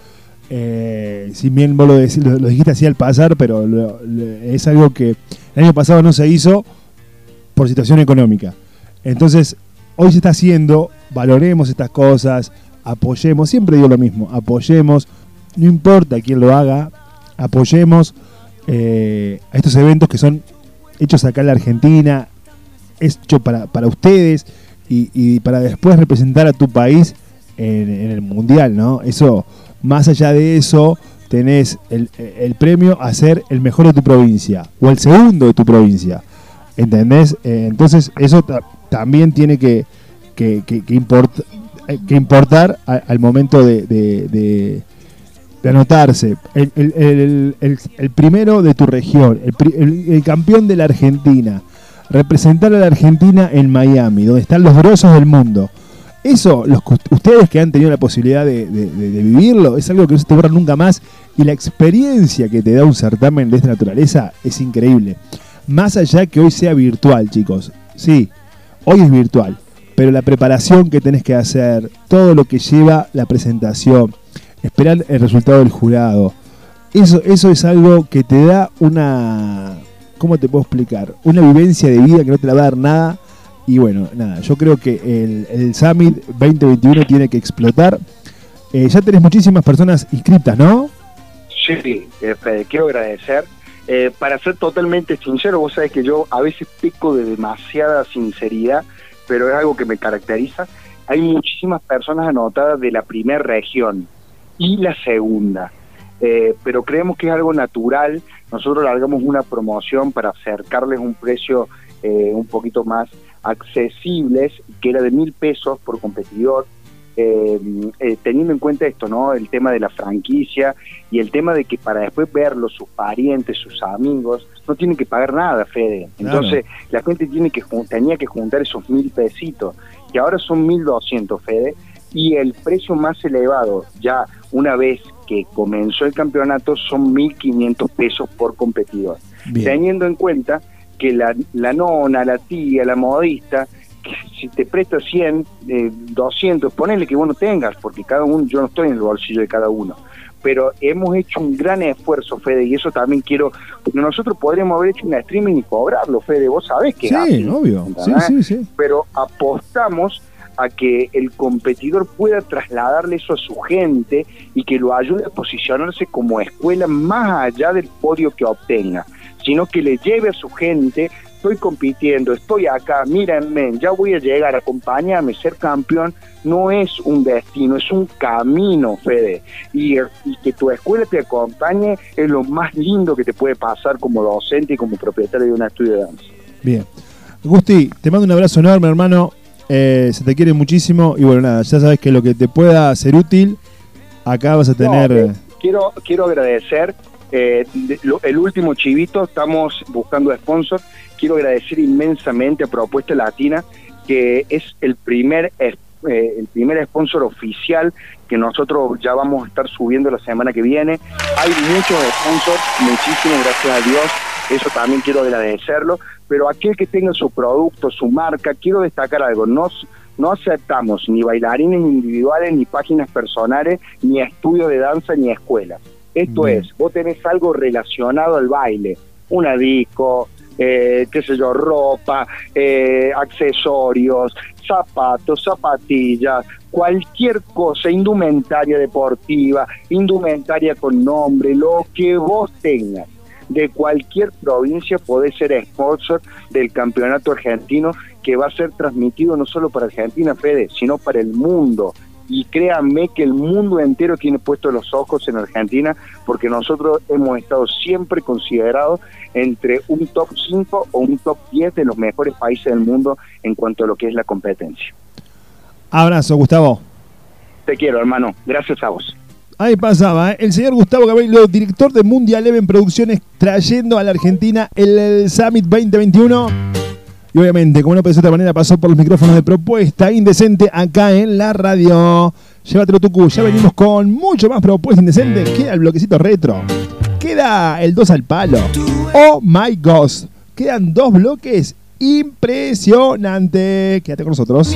Si bien vos lo dijiste así al pasar, pero es algo que el año pasado no se hizo por situación económica. Entonces, hoy se está haciendo, valoremos estas cosas, apoyemos, siempre digo lo mismo, apoyemos, no importa quién lo haga, apoyemos a estos eventos que son hechos acá en la Argentina, hecho para ustedes y para después representar a tu país en el Mundial, ¿no? Eso, más allá de eso, tenés el premio a ser el mejor de tu provincia o el segundo de tu provincia, ¿entendés? Entonces eso también tiene que importar al momento de anotarse. El primero de tu región, el campeón de la Argentina, representar a la Argentina en Miami, donde están los grosos del mundo. Eso, ustedes que han tenido la posibilidad de vivirlo, es algo que no se te borra nunca más, y la experiencia que te da un certamen de esta naturaleza es increíble. Más allá que hoy sea virtual, chicos. Sí, hoy es virtual, pero la preparación que tenés que hacer, todo lo que lleva la presentación, esperar el resultado del jurado, eso es algo que te da una... ¿Cómo te puedo explicar? Una vivencia de vida que no te la va a dar nada. Y bueno, nada, yo creo que el Summit 2021 tiene que explotar. Ya tenés muchísimas personas inscritas, ¿no? Sí, Fede, quiero agradecer. Para ser totalmente sincero, vos sabés que yo a veces peco de demasiada sinceridad, pero es algo que me caracteriza. Hay muchísimas personas anotadas de la primera región y la segunda. Pero creemos que es algo natural. Nosotros largamos una promoción para acercarles un precio un poquito más accesibles, que era de 1.000 pesos por competidor, teniendo en cuenta esto, ¿no? El tema de la franquicia y el tema de que para después verlo sus parientes, sus amigos, no tienen que pagar nada, Fede. Entonces la gente tenía que juntar esos 1.000 pesitos, que ahora son 1.200, Fede, y el precio más elevado, ya una vez que comenzó el campeonato, son 1.500 pesos por competidor. Bien. Teniendo en cuenta que la nona, la tía, la modista, que si te presta 100, 200, ponele que vos no tengas, porque cada uno, yo no estoy en el bolsillo de cada uno. Pero hemos hecho un gran esfuerzo, Fede, y eso también quiero, porque nosotros podríamos haber hecho un streaming y cobrarlo, Fede, vos sabés que... Sí, obvio, sí. Pero apostamos a que el competidor pueda trasladarle eso a su gente y que lo ayude a posicionarse como escuela más allá del podio que obtenga, sino que le lleve a su gente: estoy compitiendo, estoy acá, mírenme, ya voy a llegar, acompáñame, ser campeón no es un destino, es un camino, Fede, y que tu escuela te acompañe es lo más lindo que te puede pasar como docente y como propietario de un estudio de danza. Bien. Gusti, te mando un abrazo enorme, hermano. Se te quiere muchísimo y bueno, nada, ya sabes que lo que te pueda ser útil, acá vas a tener... Quiero agradecer el último chivito, estamos buscando sponsor. Quiero agradecer inmensamente a Propuesta Latina, que es el primer sponsor oficial que nosotros ya vamos a estar subiendo la semana que viene. Hay muchos sponsors, muchísimas gracias a Dios, eso también quiero agradecerlo, pero aquel que tenga su producto, su marca, quiero destacar algo: no aceptamos ni bailarines individuales, ni páginas personales, ni estudios de danza, ni escuelas. Esto es, vos tenés algo relacionado al baile, una disco, qué sé yo, ropa, accesorios, zapatos, zapatillas, cualquier cosa, indumentaria deportiva, indumentaria con nombre, lo que vos tengas, de cualquier provincia podés ser sponsor del campeonato argentino, que va a ser transmitido no solo para Argentina, Fede, sino para el mundo. Y créanme que el mundo entero tiene puestos los ojos en Argentina, porque nosotros hemos estado siempre considerados entre un top 5 o un top 10 de los mejores países del mundo en cuanto a lo que es la competencia. Abrazo, Gustavo. Te quiero, hermano. Gracias a vos. Ahí pasaba, el señor Gustavo Gabriel, director de Mundial Even Producciones, trayendo a la Argentina el Summit 2021. Y obviamente, como no puede ser de otra manera, pasó por los micrófonos de Propuesta Indecente acá en la radio. Llévatelo, Tucu. Ya venimos con mucho más Propuesta Indecente. Queda el bloquecito retro. Queda el 2 al palo. Oh my gosh. Quedan 2 bloques impresionantes. Quédate con nosotros.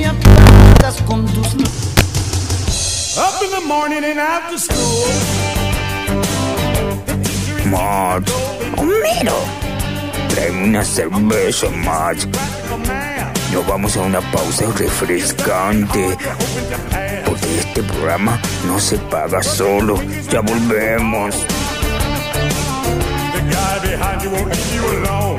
Marge, Homero, tráeme una cerveza, Marge. Nos vamos a una pausa refrescante, porque este programa no se paga solo. Ya volvemos.